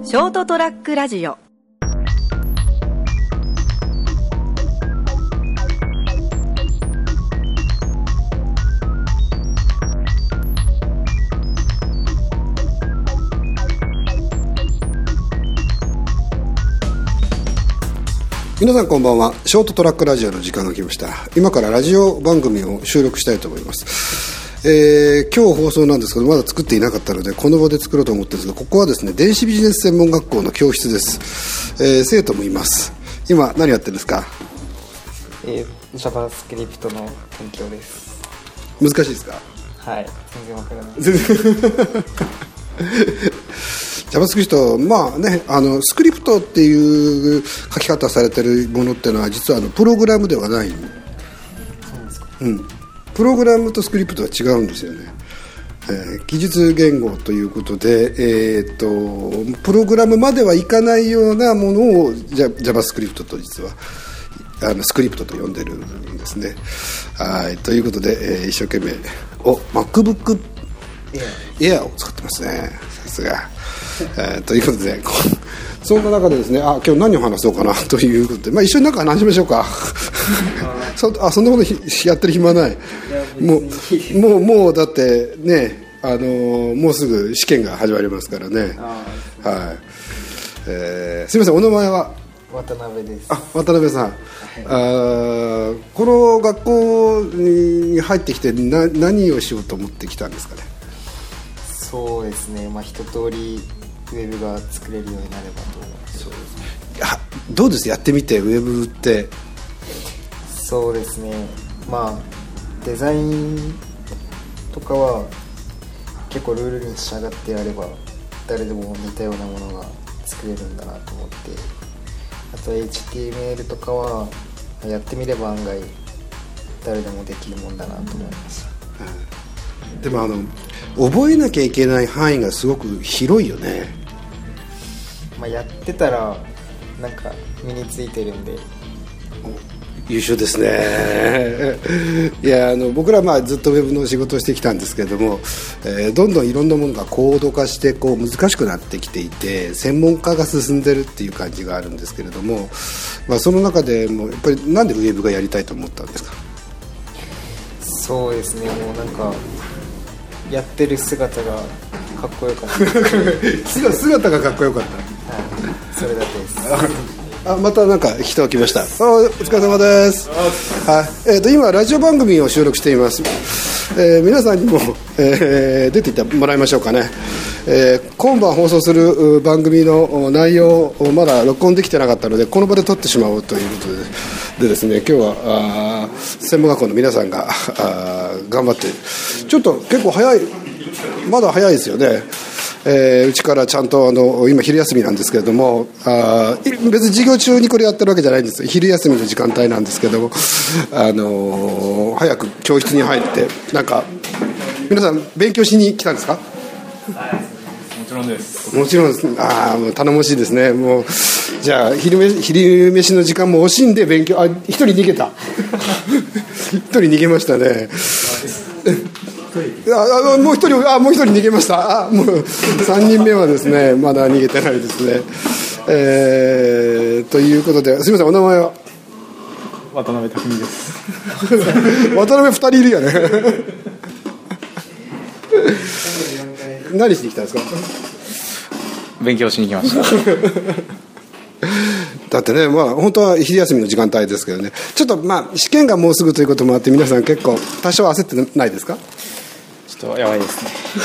ショートトラックラジオ。 皆さんこんばんは。ショートトラックラジオの時間が来ました。今からラジオ番組を収録したいと思います。今日放送なんですけど、まだ作っていなかったのでこの場で作ろうと思ってるんですが、ここはですね、電子ビジネス専門学校の教室です。生徒もいます。今何やってるんですか ？JavaScript の勉強です。 難しいですか？ はい、全然わからない JavaScript、まあね、スクリプトっていう書き方されてるものっていうのは実はプログラムではない。 そうですか。 プログラムとスクリプトは違うんですよね。記述言語ということで、プログラムまではいかないようなものをJavaScript と実はスクリプトと呼んでるんですね。はい、ということで、一生懸命MacBook Air を使ってますね。さすが。ということでそんな中でですね、今日何を話そうかなということで、一緒に話しましょうかそんなことやってる暇ない。もうだってね、もうすぐ試験が始まりますからね。はい。すみません、お名前は？ 渡辺です。 渡辺さん、はい、この学校に入ってきて何をしようと思ってきたんですかね？ そうですね、一通りウェブが作れるようになればと思って。 そうですね。どうです？やってみてウェブって。 そうですね、デザインとかは結構ルールに従ってやれば誰でも似たようなものが作れるんだなと思って、あと HTML とかはやってみれば案外誰でもできるもんだなと思います。 でも覚えなきゃいけない範囲がすごく広いよね。 やってたらなんか身についてるんで。 優秀ですねいや僕らずっとウェブの仕事をしてきたんですけれども、どんどんいろんなものが高度化して難しくなってきていて、専門化が進んでるっていう感じがあるんですけれども、その中でもやっぱりなんでウェブがやりたいと思ったんですか？ そうですね、もうなんかやってる姿がかっこよかった姿がかっこよかった。 はい、それだけですまたなんか人が来ました。お疲れ様です。はい、今ラジオ番組を収録しています。皆さんにも、出ていってもらいましょうかね。今晩放送する番組の内容をまだ録音できてなかったので、この場で撮ってしまおうということでですね、今日は専門学校の皆さんが頑張って、ちょっと結構まだ早いですよね。うちからちゃんと今昼休みなんですけれども、別に授業中にこれやってるわけじゃないんです。昼休みの時間帯なんですけども、早く教室に入って、なんか皆さん勉強しに来たんですか？ はい、もちろんです。 もちろんです。もう頼もしいですね。もうじゃあ昼飯の時間も惜しんで勉強。一人逃げた一人逃げましたねもう一人逃げました。もう3人目はですね、まだ逃げてないですね。ということで、すみません、お名前は？ 渡辺匠です。 渡辺2人いるよね何しに来たんですか？ 勉強しに来ましただってね、本当は昼休みの時間帯ですけどね、ちょっと試験がもうすぐということもあって、皆さん結構多少焦ってないですか？ ちょっとやばいです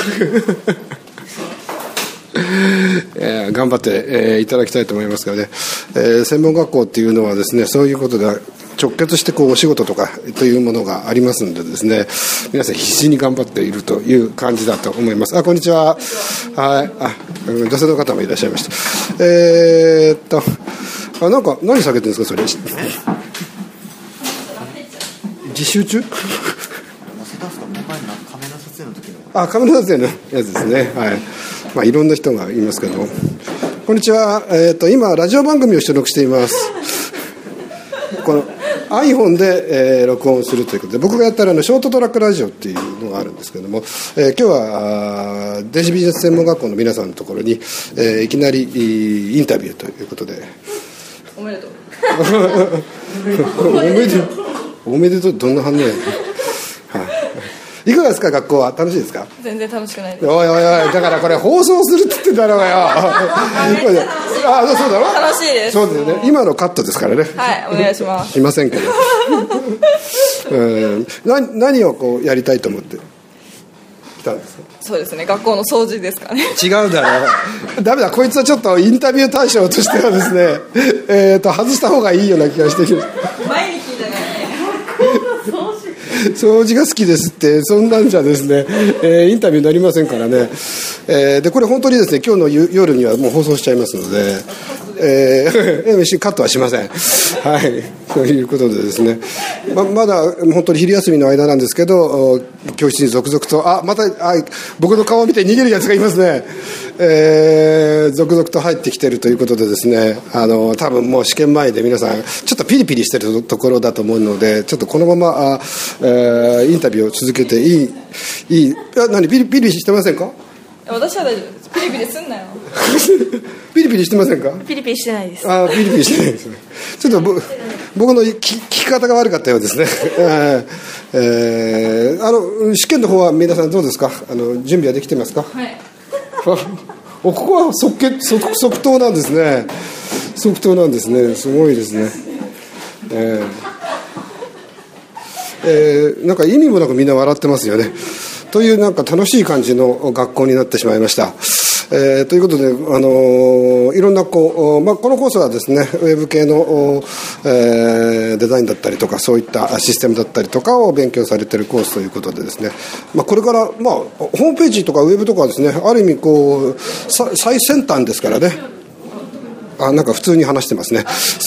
ね頑張って、いただきたいと思いますからね。専門学校っていうのはですね、そういうことが直結してお仕事とかというものがありますのでですね、皆さん必死に頑張っているという感じだと思います。こんにちは。はい、女性の方もいらっしゃいました。なんか何下げてるんですか、それ？自習中？カメラ撮影のやつですね。はい。いろんな人がいますけども。こんにちは。今ラジオ番組を収録しています。この iPhone で、録音するということで、僕がやったらショートトラックラジオっていうのがあるんですけども、今日は電子ビジネス専門学校の皆さんのところに、いきなりインタビューということで。 おめでとうおめでとう。どんな反応やねん。いかがですか、学校は。楽しいですか？ 全然楽しくないです。 おいおいおい、だからこれ放送するって言ってんだろうがよ。 めっちゃ楽しい。 あ、そうだろ。 楽しいです。 そうだよね。今のカットですからね。 はい、お願いします。 しませんけど。何をこうやりたいと思って来たんですか？ そうですね、学校の掃除ですかね。 違うだろう。ダメだ、こいつはちょっとインタビュー対象としてはですね、外した方がいいような気がしてきます。 前に聞いたからね。 掃除が好きですってそんなんじゃですね、インタビューになりませんからね、でこれ本当にですね、今日の夜にはもう放送しちゃいますので、カットはしません。はい、ということでですね、まだ本当に昼休みの間なんですけど、教室に続々とまた僕の顔を見て逃げるやつがいますね。続々と入ってきているということでですね、多分もう試験前で皆さんちょっとピリピリしているところだと思うので、ちょっとこのままインタビューを続けていい何ピリピリしてませんか？ 私は大丈夫です。ピリピリすんなよ。 ピリピリしてませんか？ ピリピリしてないです。 ピリピリしてないですね。ちょっと僕の聞き方が悪かったようですね。試験の方は皆さんどうですか？準備はできてますか？ はい。 ここは即答なんですね。即答なんですね。すごいですね。なんか意味もなくみんな笑ってますよね。というなんか楽しい感じの学校になってしまいました。ということで、いろんなこのコースはですね、ウェブ系の、デザインだったりとか、そういったシステムだったりとかを勉強されているコースということでですね、これから、ホームページとかウェブとかはですね、ある意味最先端ですからね。なんか普通に話してますね。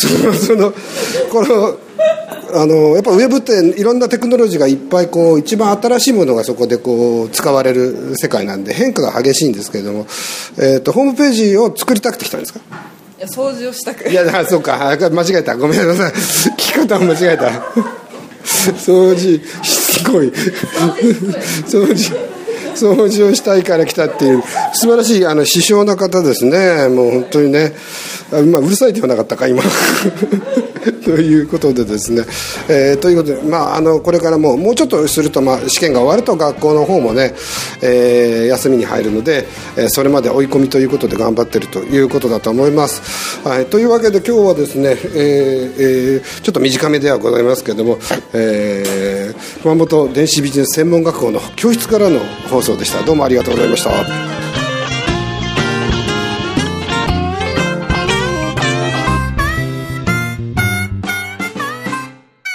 やっぱウェブっていろんなテクノロジーがいっぱい一番新しいものがそこで使われる世界なんで変化が激しいんですけれども、ホームページを作りたくて来たんですか？ いや、掃除をしたく。 いや、そうか、間違えた、ごめんなさい、聞き方を間違えた。掃除しつこい。掃除をしたいから来たっていう素晴らしい師匠な方ですね。もう本当にね、うるさいではなかったか今。ということでですね、ということで、これからもうちょっとすると、試験が終わると学校の方もね、休みに入るので、それまで追い込みということで頑張っているということだと思います。はい、というわけで今日はですね、ちょっと短めではございますけれども、熊本電子ビジネス専門学校の教室からの放送でした。どうもありがとうございました。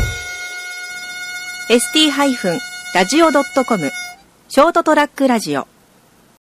ST-radio.com ショートトラックラジオ